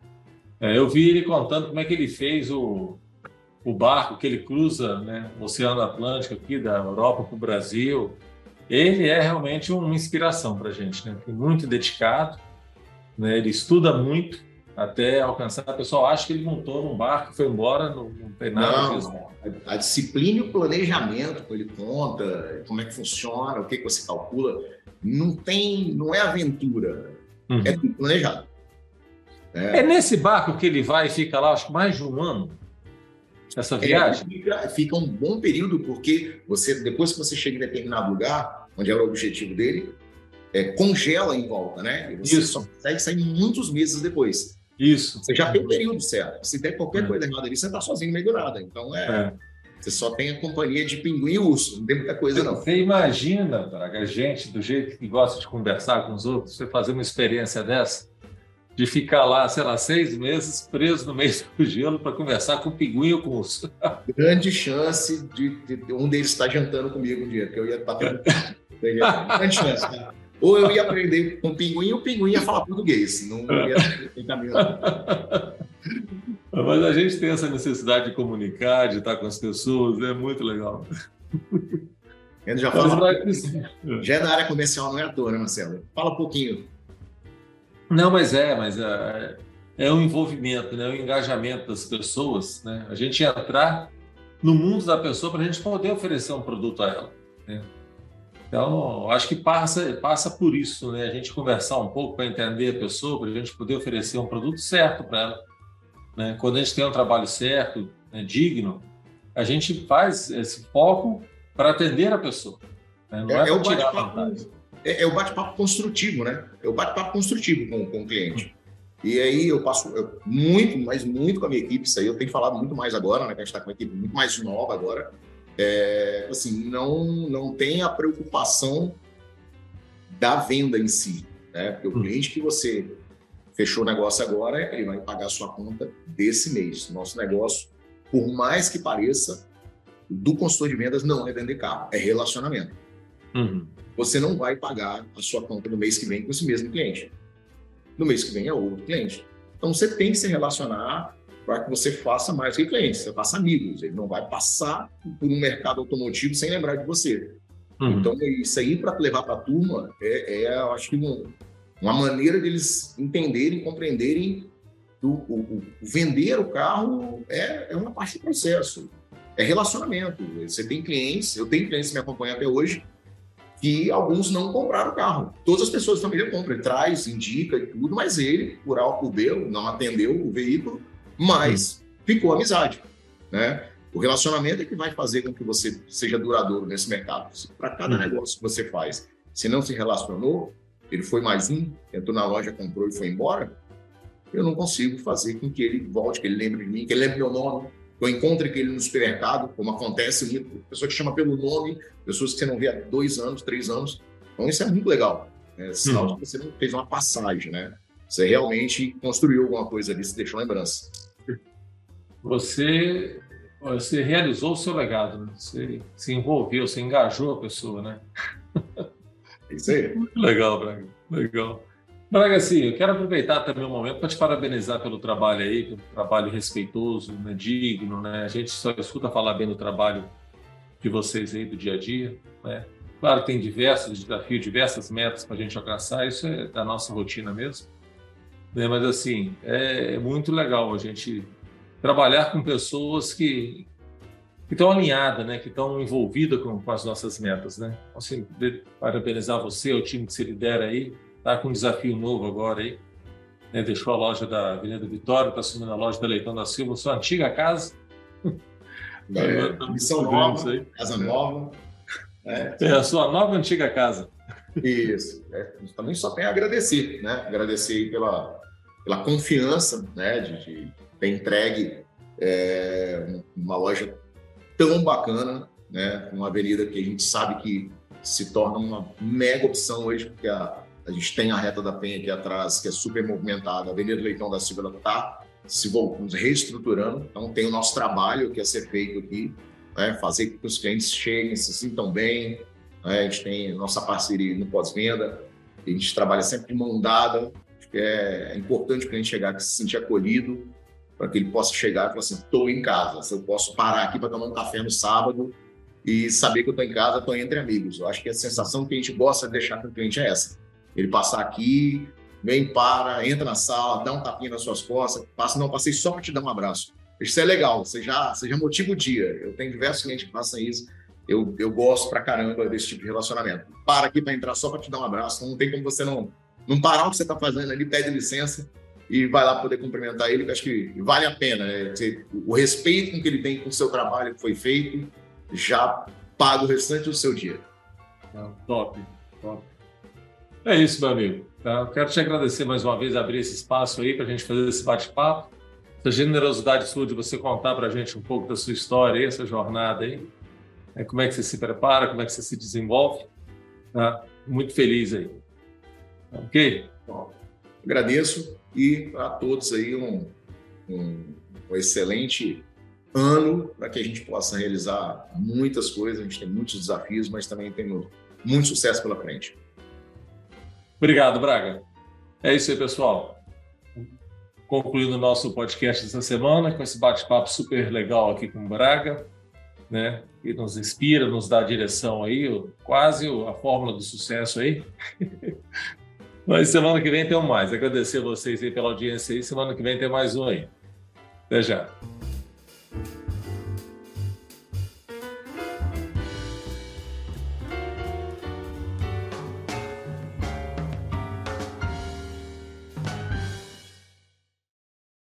É, eu vi ele contando como é que ele fez o, o barco que ele cruza, né, o Oceano Atlântico aqui, da Europa para o Brasil. Ele é realmente uma inspiração para a gente, né? Muito dedicado, né? Ele estuda muito Até alcançar. O pessoal acha que ele montou num barco, foi embora, não, não tem nada Não, disso. a, a disciplina e o planejamento, que ele conta, como é que funciona, o que, que você calcula, não tem, não é aventura, Uhum. é tudo planejado. É. é nesse barco que ele vai e fica lá, acho que mais de um ano, essa viagem? É, fica, fica um bom período, porque você, depois que você chega em determinado lugar, onde era o objetivo dele, é, congela em volta, né? E você Isso. só consegue sair muitos meses depois. Isso. Você já tem o período certo. Se der qualquer é. coisa errada ali, você está sozinho no meio do nada. Então, é, é. você só tem a companhia de pinguim e urso. Não tem muita coisa, não. Você imagina, Braga, a gente, do jeito que gosta de conversar com os outros, você fazer uma experiência dessa, de ficar lá, sei lá, seis meses preso no meio do gelo para conversar com o pinguim ou com o urso. Grande chance de, de um deles estar jantando comigo um dia, porque eu ia estar tendo... Grande chance, cara. Ou eu ia aprender com o pinguim e o pinguim ia falar português. Não ia ter caminho. Mas a gente tem essa necessidade de comunicar, de estar com as pessoas, é muito legal. Eu já falo, já é da área comercial, não é à toa, né, Marcelo? Fala um pouquinho. Não, mas é, mas é, é o envolvimento, né, o engajamento das pessoas, né? A gente entrar no mundo da pessoa para a gente poder oferecer um produto a ela, né? Então, acho que passa, passa por isso, né? A gente conversar um pouco para entender a pessoa, para a gente poder oferecer um produto certo para ela, né? Quando a gente tem um trabalho certo, né, digno, a gente faz esse foco para atender a pessoa, né? Não é, é, é, o bate-papo, é, é o bate-papo construtivo, né? É o bate-papo construtivo com, com o cliente. E aí eu passo eu, muito, mas muito com a minha equipe, isso aí eu tenho falado muito mais agora, né? Que a gente está com uma equipe muito mais nova agora. É, assim, não, não tem a preocupação da venda em si, né? Porque o cliente que você fechou o negócio agora, ele vai pagar a sua conta desse mês. Nosso negócio, por mais que pareça, do consultor de vendas não é vender carro, é relacionamento. Uhum. Você não vai pagar a sua conta no mês que vem com esse mesmo cliente. No mês que vem é outro cliente. Então, você tem que se relacionar para que você faça mais que clientes, você faça amigos. Ele não vai passar por um mercado automotivo sem lembrar de você. Uhum. Então, isso aí, para levar para a turma, é, é, eu acho que um, uma maneira deles entenderem, compreenderem o, o, o vender o carro é, é uma parte do processo. É relacionamento. Você tem clientes, eu tenho clientes que me acompanham até hoje, que alguns não compraram o carro. Todas as pessoas da família compram, ele traz, indica e tudo, mas ele, por A ou por B, não atendeu o veículo, mas hum. ficou amizade, né? O relacionamento é que vai fazer com que você seja duradouro nesse mercado. Para cada hum. negócio que você faz, se não se relacionou, ele foi mais um, entrou na loja, comprou e foi embora, eu não consigo fazer com que ele volte, que ele lembre de mim, que ele lembre meu nome, que eu encontre ele no supermercado, como acontece muito, pessoa que chama pelo nome, pessoas que você não vê há dois anos, três anos. Então, isso é muito legal. É sinal hum. de que você não fez uma passagem, né? Você realmente construiu alguma coisa ali, você deixou lembrança. Você, você realizou o seu legado, né? Você se envolveu, você engajou a pessoa, né? Isso aí. Muito legal, Braga. Legal. Braga, assim, eu quero aproveitar também o momento para te parabenizar pelo trabalho aí, pelo trabalho respeitoso, né, digno, né? A gente só escuta falar bem do trabalho de vocês aí do dia a dia, né? Claro que tem diversos desafios, diversas metas para a gente alcançar, isso é da nossa rotina mesmo, né? Mas, assim, é muito legal a gente trabalhar com pessoas que que estão alinhadas, né? Que estão envolvidas com, com as nossas metas, né? Assim, parabenizar você, o time que você lidera aí, está com um desafio novo agora aí, né? Deixou a loja da Avenida Vitória, está assumindo a loja da Leitão da Silva, sua antiga casa. É, missão nova, aí. Casa nova. É. é a sua nova antiga casa. Isso. É, também só tem a agradecer, né? Agradecer pela, pela confiança, né? De, de ter entregue é, uma loja tão bacana, né? Uma avenida que a gente sabe que se torna uma mega opção hoje, porque a A gente tem a Reta da Penha aqui atrás, que é super movimentada. A Avenida Leitão da Silva está se voltando, reestruturando. Então, tem o nosso trabalho que é ser feito aqui, né? Fazer com que os clientes cheguem, se sintam bem. Né? A gente tem a nossa parceria no pós-venda. A gente trabalha sempre de mão dada. Acho que é importante o cliente chegar aqui, se sentir acolhido, para que ele possa chegar e falar assim, estou em casa. Se eu posso parar aqui para tomar um café no sábado e saber que eu estou em casa, estou entre amigos. Eu acho que a sensação que a gente gosta de deixar com o cliente é essa. Ele passar aqui, vem, para, entra na sala, dá um tapinha nas suas costas, passa, não, passei só para te dar um abraço. Isso é legal, você já, você já motiva o dia. Eu tenho diversos clientes que façam isso, eu, eu gosto pra caramba desse tipo de relacionamento. Para aqui para entrar só para te dar um abraço, não tem como você não, não parar o que você está fazendo ali, pede licença e vai lá poder cumprimentar ele, que acho que vale a pena. Né? O respeito com que ele tem com o seu trabalho que foi feito já paga o restante do seu dia. Top, top. É isso, meu amigo. Tá? Eu quero te agradecer mais uma vez, abrir esse espaço aí para a gente fazer esse bate-papo, essa generosidade sua de você contar para a gente um pouco da sua história, aí, essa jornada aí, é, como é que você se prepara, como é que você se desenvolve. Tá? Muito feliz aí. Ok? Bom, agradeço e para todos aí um, um, um excelente ano para que a gente possa realizar muitas coisas. A gente tem muitos desafios, mas também temos muito sucesso pela frente. Obrigado, Braga. É isso aí, pessoal. Concluindo o nosso podcast essa semana com esse bate-papo super legal aqui com o Braga, né? Que nos inspira, nos dá a direção aí, quase a fórmula do sucesso aí. Mas semana que vem tem mais. Agradecer a vocês aí pela audiência aí. Semana que vem tem mais um aí. Até já.